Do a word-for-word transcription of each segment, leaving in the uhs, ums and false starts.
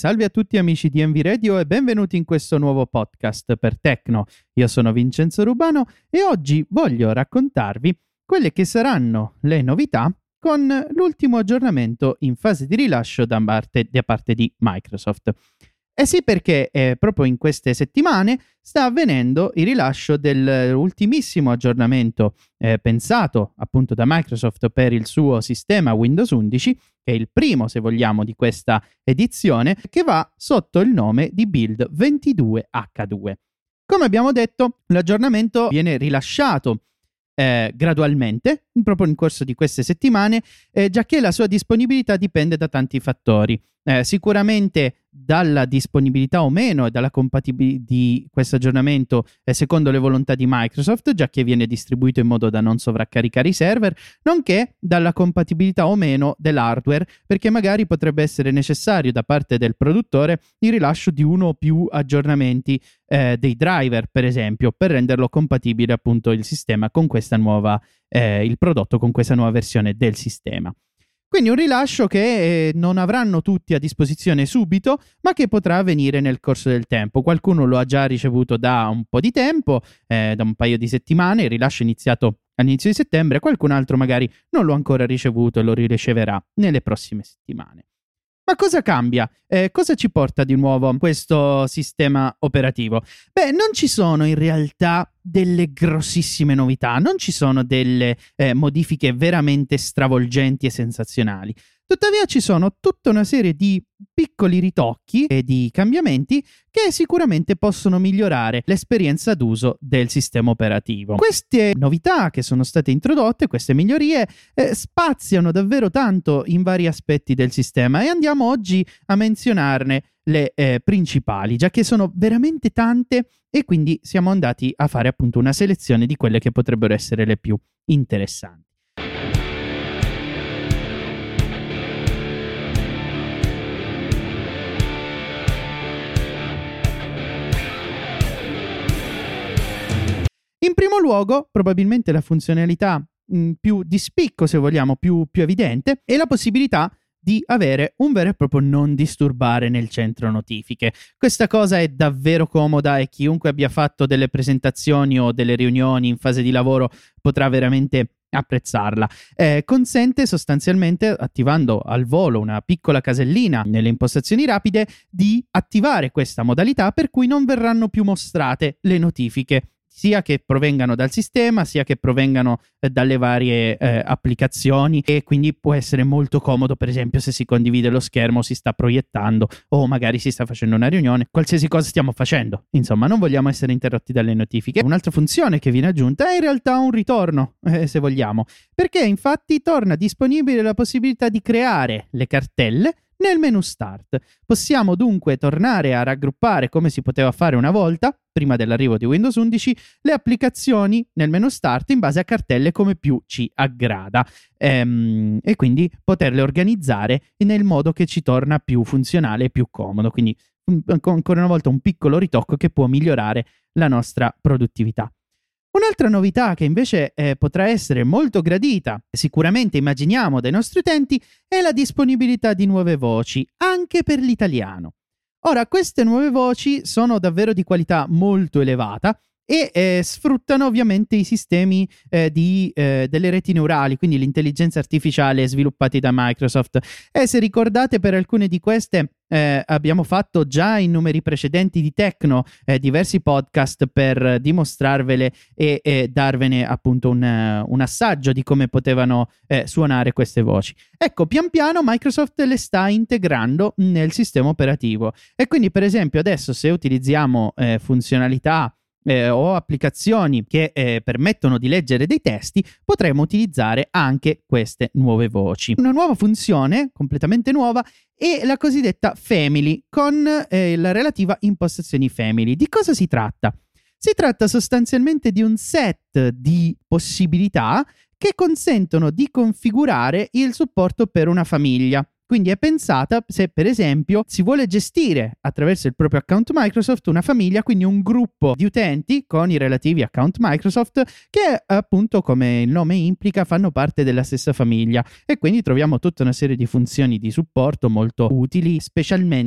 salve a tutti amici di Envy Radio e benvenuti in questo nuovo podcast per Tecno. Io sono Vincenzo Rubano e oggi voglio raccontarvi quelle che saranno le novità con l'ultimo aggiornamento in fase di rilascio da parte, da parte di Microsoft. Eh sì, perché eh, proprio in queste settimane sta avvenendo il rilascio dell'ultimissimo aggiornamento eh, pensato appunto da Microsoft per il suo sistema Windows undici, che è il primo, se vogliamo, di questa edizione, che va sotto il nome di Build ventidue acca due. Come abbiamo detto, l'aggiornamento viene rilasciato Eh, gradualmente, proprio in corso di queste settimane, eh, già che la sua disponibilità dipende da tanti fattori. Eh, sicuramente dalla disponibilità o meno e dalla compatibilità di questo aggiornamento eh, secondo le volontà di Microsoft, già che viene distribuito in modo da non sovraccaricare i server, nonché dalla compatibilità o meno dell'hardware, perché magari potrebbe essere necessario da parte del produttore il rilascio di uno o più aggiornamenti eh, dei driver, per esempio, per renderlo compatibile appunto il sistema con questa nuova, eh, il prodotto con questa nuova versione del sistema. Quindi un rilascio che eh, non avranno tutti a disposizione subito, ma che potrà avvenire nel corso del tempo. Qualcuno lo ha già ricevuto da un po' di tempo, eh, da un paio di settimane, il rilascio è iniziato all'inizio di settembre, qualcun altro magari non l'ha ancora ricevuto e lo riceverà nelle prossime settimane. Ma cosa cambia? Eh, cosa ci porta di nuovo questo sistema operativo? Beh, non ci sono in realtà delle grossissime novità, non ci sono delle eh, modifiche veramente stravolgenti e sensazionali. Tuttavia ci sono tutta una serie di piccoli ritocchi e di cambiamenti che sicuramente possono migliorare l'esperienza d'uso del sistema operativo. Queste novità che sono state introdotte, queste migliorie, eh, spaziano davvero tanto in vari aspetti del sistema e andiamo oggi a menzionarne le eh, principali, già che sono veramente tante e quindi siamo andati a fare appunto una selezione di quelle che potrebbero essere le più interessanti. In primo luogo, probabilmente la funzionalità mh, più di spicco, se vogliamo, più, più evidente, è la possibilità di avere un vero e proprio non disturbare nel centro notifiche. Questa cosa è davvero comoda e chiunque abbia fatto delle presentazioni o delle riunioni in fase di lavoro potrà veramente apprezzarla. Eh, consente sostanzialmente, attivando al volo una piccola casellina nelle impostazioni rapide, di attivare questa modalità per cui non verranno più mostrate le notifiche, sia che provengano dal sistema, sia che provengano eh, dalle varie eh, applicazioni, e quindi può essere molto comodo, per esempio, se si condivide lo schermo, si sta proiettando o magari si sta facendo una riunione, qualsiasi cosa stiamo facendo. Insomma, non vogliamo essere interrotti dalle notifiche. Un'altra funzione che viene aggiunta è in realtà un ritorno, eh, se vogliamo, perché infatti torna disponibile la possibilità di creare le cartelle nel menu Start. Possiamo dunque tornare a raggruppare, come si poteva fare una volta, prima dell'arrivo di Windows undici, le applicazioni nel menu Start in base a cartelle come più ci aggrada, ehm, e quindi poterle organizzare nel modo che ci torna più funzionale e più comodo. Quindi ancora una volta un piccolo ritocco che può migliorare la nostra produttività. Un'altra novità che invece eh, potrà essere molto gradita, sicuramente immaginiamo, dai nostri utenti, è la disponibilità di nuove voci, anche per l'italiano. Ora, queste nuove voci sono davvero di qualità molto elevata e eh, sfruttano ovviamente i sistemi eh, di, eh, delle reti neurali, quindi l'intelligenza artificiale sviluppati da Microsoft. E se ricordate, per alcune di queste eh, abbiamo fatto già in numeri precedenti di Tecno eh, diversi podcast per dimostrarvele e, e darvene appunto un, un assaggio di come potevano eh, suonare queste voci. Ecco, pian piano Microsoft le sta integrando nel sistema operativo e quindi, per esempio, adesso se utilizziamo eh, funzionalità Eh, o applicazioni che eh, permettono di leggere dei testi, potremo utilizzare anche queste nuove voci. Una nuova funzione completamente nuova è la cosiddetta Family, con eh, la relativa impostazioni Family. Di cosa si tratta? Si tratta sostanzialmente di un set di possibilità che consentono di configurare il supporto per una famiglia. Quindi è pensata se, per esempio, si vuole gestire attraverso il proprio account Microsoft una famiglia, quindi un gruppo di utenti con i relativi account Microsoft che, appunto, come il nome implica, fanno parte della stessa famiglia, e quindi troviamo tutta una serie di funzioni di supporto molto utili, specialmente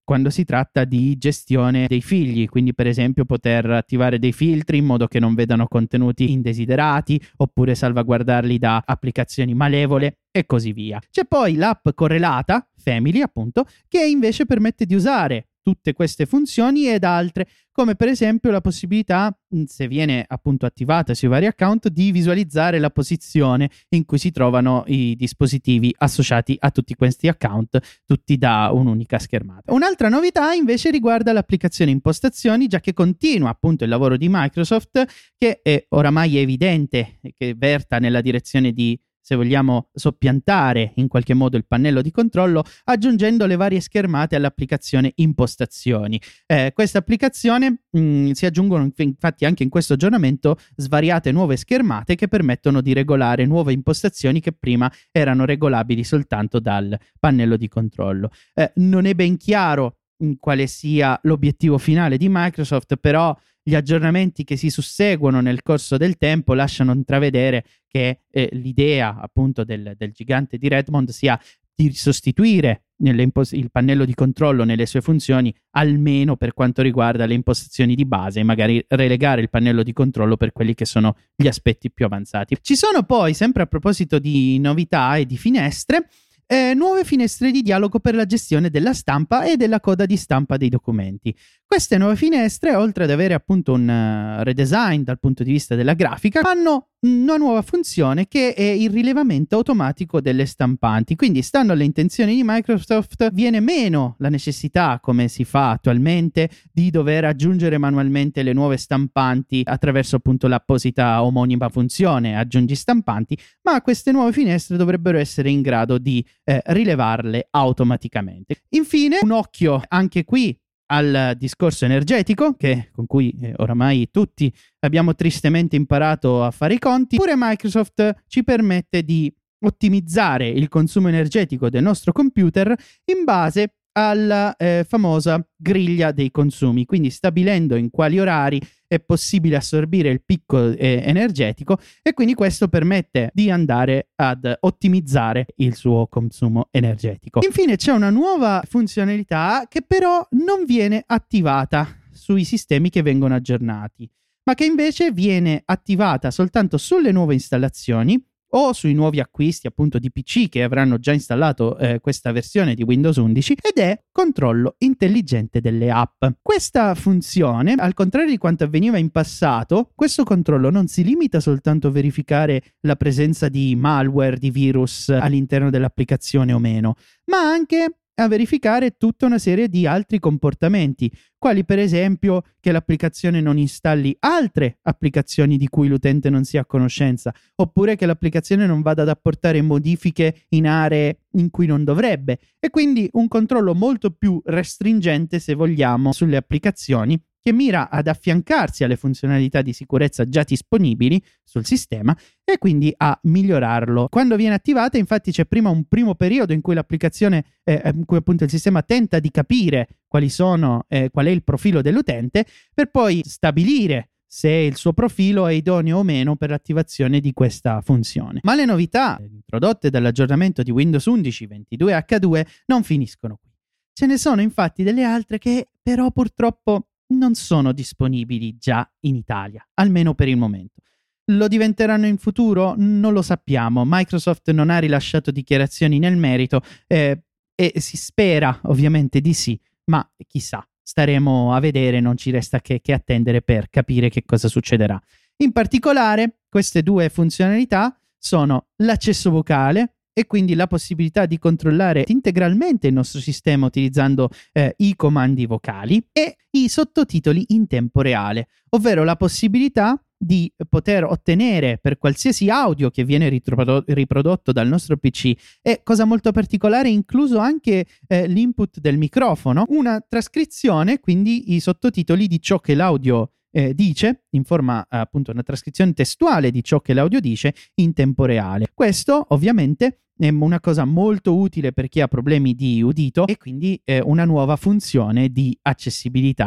quando si tratta di gestione dei figli, quindi per esempio poter attivare dei filtri in modo che non vedano contenuti indesiderati, oppure salvaguardarli da applicazioni malevole e così via. C'è poi l'app correlata, Family appunto, che invece permette di usare tutte queste funzioni ed altre, come per esempio la possibilità, se viene appunto attivata sui vari account, di visualizzare la posizione in cui si trovano i dispositivi associati a tutti questi account, tutti da un'unica schermata. Un'altra novità invece riguarda l'applicazione impostazioni, già che continua appunto il lavoro di Microsoft, che è oramai evidente che verta nella direzione di, se vogliamo, soppiantare in qualche modo il pannello di controllo, aggiungendo le varie schermate all'applicazione impostazioni. Eh, questa applicazione mh, si aggiungono infatti anche in questo aggiornamento svariate nuove schermate che permettono di regolare nuove impostazioni che prima erano regolabili soltanto dal pannello di controllo. Eh, non è ben chiaro mh, quale sia l'obiettivo finale di Microsoft, però gli aggiornamenti che si susseguono nel corso del tempo lasciano intravedere che eh, l'idea appunto del, del gigante di Redmond sia di sostituire nelle impos- il pannello di controllo nelle sue funzioni, almeno per quanto riguarda le impostazioni di base, e magari relegare il pannello di controllo per quelli che sono gli aspetti più avanzati. Ci sono poi, sempre a proposito di novità e di finestre, Eh, nuove finestre di dialogo per la gestione della stampa e della coda di stampa dei documenti. Queste nuove finestre, oltre ad avere appunto un uh, redesign dal punto di vista della grafica, hanno una nuova funzione che è il rilevamento automatico delle stampanti. Quindi, stando alle intenzioni di Microsoft, viene meno la necessità, come si fa attualmente, di dover aggiungere manualmente le nuove stampanti attraverso appunto l'apposita omonima funzione aggiungi stampanti, ma queste nuove finestre dovrebbero essere in grado di eh, rilevarle automaticamente. Infine, un occhio anche qui al discorso energetico, che, con cui eh, oramai tutti abbiamo tristemente imparato a fare i conti. Pure Microsoft ci permette di ottimizzare il consumo energetico del nostro computer in base alla eh, famosa griglia dei consumi, quindi stabilendo in quali orari è possibile assorbire il picco eh, energetico, e quindi questo permette di andare ad ottimizzare il suo consumo energetico. Infine c'è una nuova funzionalità che però non viene attivata sui sistemi che vengono aggiornati, ma che invece viene attivata soltanto sulle nuove installazioni o sui nuovi acquisti appunto di P C che avranno già installato eh, questa versione di Windows undici, ed è controllo intelligente delle app. Questa funzione, al contrario di quanto avveniva in passato, questo controllo non si limita soltanto a verificare la presenza di malware, di virus all'interno dell'applicazione o meno, ma anche a verificare tutta una serie di altri comportamenti, quali per esempio che l'applicazione non installi altre applicazioni di cui l'utente non sia a conoscenza, oppure che l'applicazione non vada ad apportare modifiche in aree in cui non dovrebbe, e quindi un controllo molto più restringente, se vogliamo, sulle applicazioni, che mira ad affiancarsi alle funzionalità di sicurezza già disponibili sul sistema e quindi a migliorarlo. Quando viene attivata, infatti, c'è prima un primo periodo in cui l'applicazione, eh, in cui appunto il sistema tenta di capire quali sono, eh, qual è il profilo dell'utente, per poi stabilire se il suo profilo è idoneo o meno per l'attivazione di questa funzione. Ma le novità introdotte dall'aggiornamento di Windows undici ventidue acca due non finiscono qui. Ce ne sono infatti delle altre che però purtroppo non sono disponibili già in Italia, almeno per il momento. Lo diventeranno in futuro? Non lo sappiamo. Microsoft non ha rilasciato dichiarazioni nel merito eh, e si spera ovviamente di sì, ma chissà, staremo a vedere, non ci resta che, che attendere per capire che cosa succederà. In particolare, queste due funzionalità sono l'accesso vocale, e quindi la possibilità di controllare integralmente il nostro sistema utilizzando eh, i comandi vocali, e i sottotitoli in tempo reale, ovvero la possibilità di poter ottenere per qualsiasi audio che viene ritrodo- riprodotto dal nostro P C, e cosa molto particolare, incluso anche eh, l'input del microfono, una trascrizione, quindi i sottotitoli di ciò che l'audio Eh, dice, in forma eh, appunto una trascrizione testuale di ciò che l'audio dice in tempo reale. Questo ovviamente è una cosa molto utile per chi ha problemi di udito, e quindi è una nuova funzione di accessibilità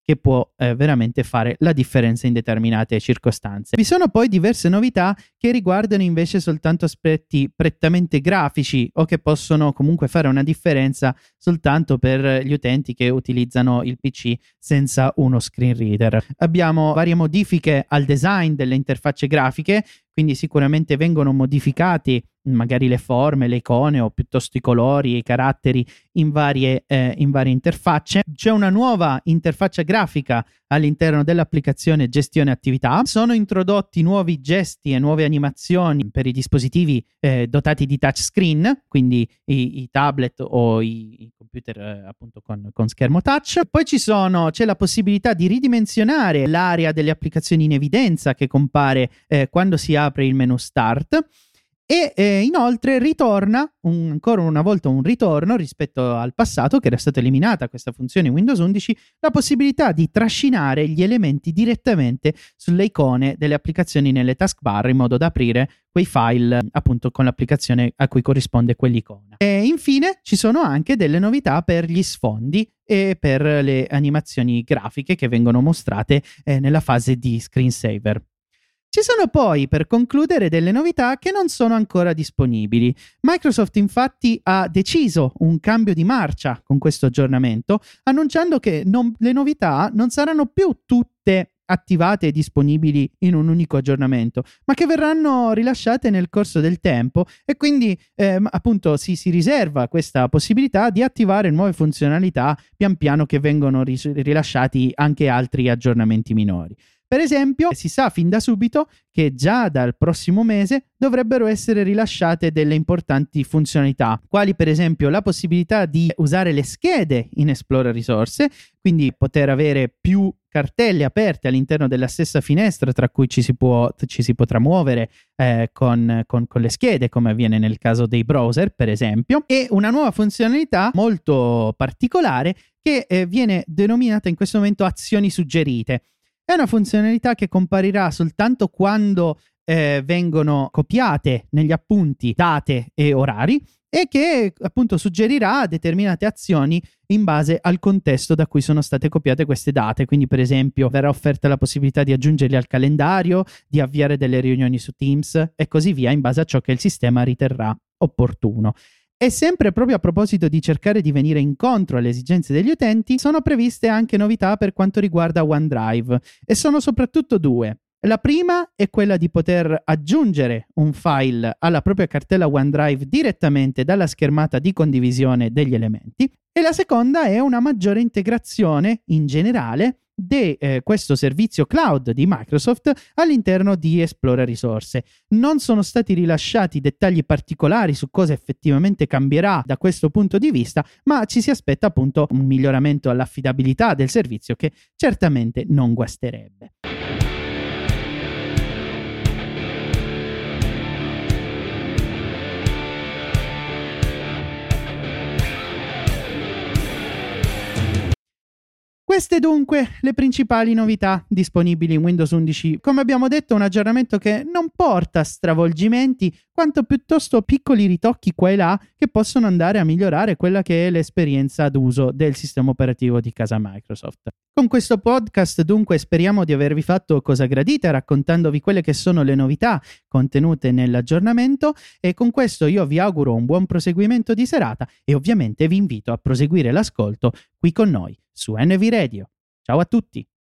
che può eh, veramente fare la differenza in determinate circostanze. Vi sono poi diverse novità che riguardano invece soltanto aspetti prettamente grafici o che possono comunque fare una differenza soltanto per gli utenti che utilizzano il P C senza uno screen reader. Abbiamo varie modifiche al design delle interfacce grafiche, quindi sicuramente vengono modificati magari le forme, le icone o piuttosto i colori e i caratteri in varie, eh, in varie interfacce. C'è una nuova interfaccia grafica all'interno dell'applicazione gestione attività. Sono introdotti nuovi gesti e nuove animazioni per i dispositivi eh, dotati di touchscreen, quindi i, i tablet o i, i computer eh, appunto con, con schermo touch. Poi ci sono, c'è la possibilità di ridimensionare l'area delle applicazioni in evidenza che compare eh, quando si apre il menu Start. E eh, inoltre ritorna un, ancora una volta un ritorno rispetto al passato, che era stata eliminata questa funzione in Windows undici, la possibilità di trascinare gli elementi direttamente sulle icone delle applicazioni nelle taskbar in modo da aprire quei file appunto con l'applicazione a cui corrisponde quell'icona. E infine ci sono anche delle novità per gli sfondi e per le animazioni grafiche che vengono mostrate eh, nella fase di screensaver. Ci sono poi, per concludere, delle novità che non sono ancora disponibili. Microsoft infatti ha deciso un cambio di marcia con questo aggiornamento, annunciando che non, le novità non saranno più tutte attivate e disponibili in un unico aggiornamento, ma che verranno rilasciate nel corso del tempo, e quindi eh, appunto si, si riserva questa possibilità di attivare nuove funzionalità pian piano che vengono ris- rilasciati anche altri aggiornamenti minori. Per esempio, si sa fin da subito che già dal prossimo mese dovrebbero essere rilasciate delle importanti funzionalità, quali per esempio la possibilità di usare le schede in Esplora risorse, quindi poter avere più cartelle aperte all'interno della stessa finestra tra cui ci si, può, ci si potrà muovere eh, con, con, con le schede, come avviene nel caso dei browser per esempio, e una nuova funzionalità molto particolare che eh, viene denominata in questo momento azioni suggerite. È una funzionalità che comparirà soltanto quando eh, vengono copiate negli appunti date e orari, e che appunto suggerirà determinate azioni in base al contesto da cui sono state copiate queste date. Quindi per esempio verrà offerta la possibilità di aggiungerli al calendario, di avviare delle riunioni su Teams e così via, in base a ciò che il sistema riterrà opportuno. E sempre proprio a proposito di cercare di venire incontro alle esigenze degli utenti, sono previste anche novità per quanto riguarda OneDrive, e sono soprattutto due. La prima è quella di poter aggiungere un file alla propria cartella OneDrive direttamente dalla schermata di condivisione degli elementi, e la seconda è una maggiore integrazione in generale di eh, questo servizio cloud di Microsoft all'interno di Esplora risorse. Non sono stati rilasciati dettagli particolari su cosa effettivamente cambierà da questo punto di vista, ma ci si aspetta appunto un miglioramento all'affidabilità del servizio che certamente non guasterebbe. Queste dunque le principali novità disponibili in Windows undici. Come abbiamo detto, un aggiornamento che non porta stravolgimenti, quanto piuttosto piccoli ritocchi qua e là che possono andare a migliorare quella che è l'esperienza d'uso del sistema operativo di casa Microsoft. Con questo podcast dunque speriamo di avervi fatto cosa gradita, raccontandovi quelle che sono le novità contenute nell'aggiornamento, e con questo io vi auguro un buon proseguimento di serata e ovviamente vi invito a proseguire l'ascolto qui con noi su N V Radio. Ciao a tutti!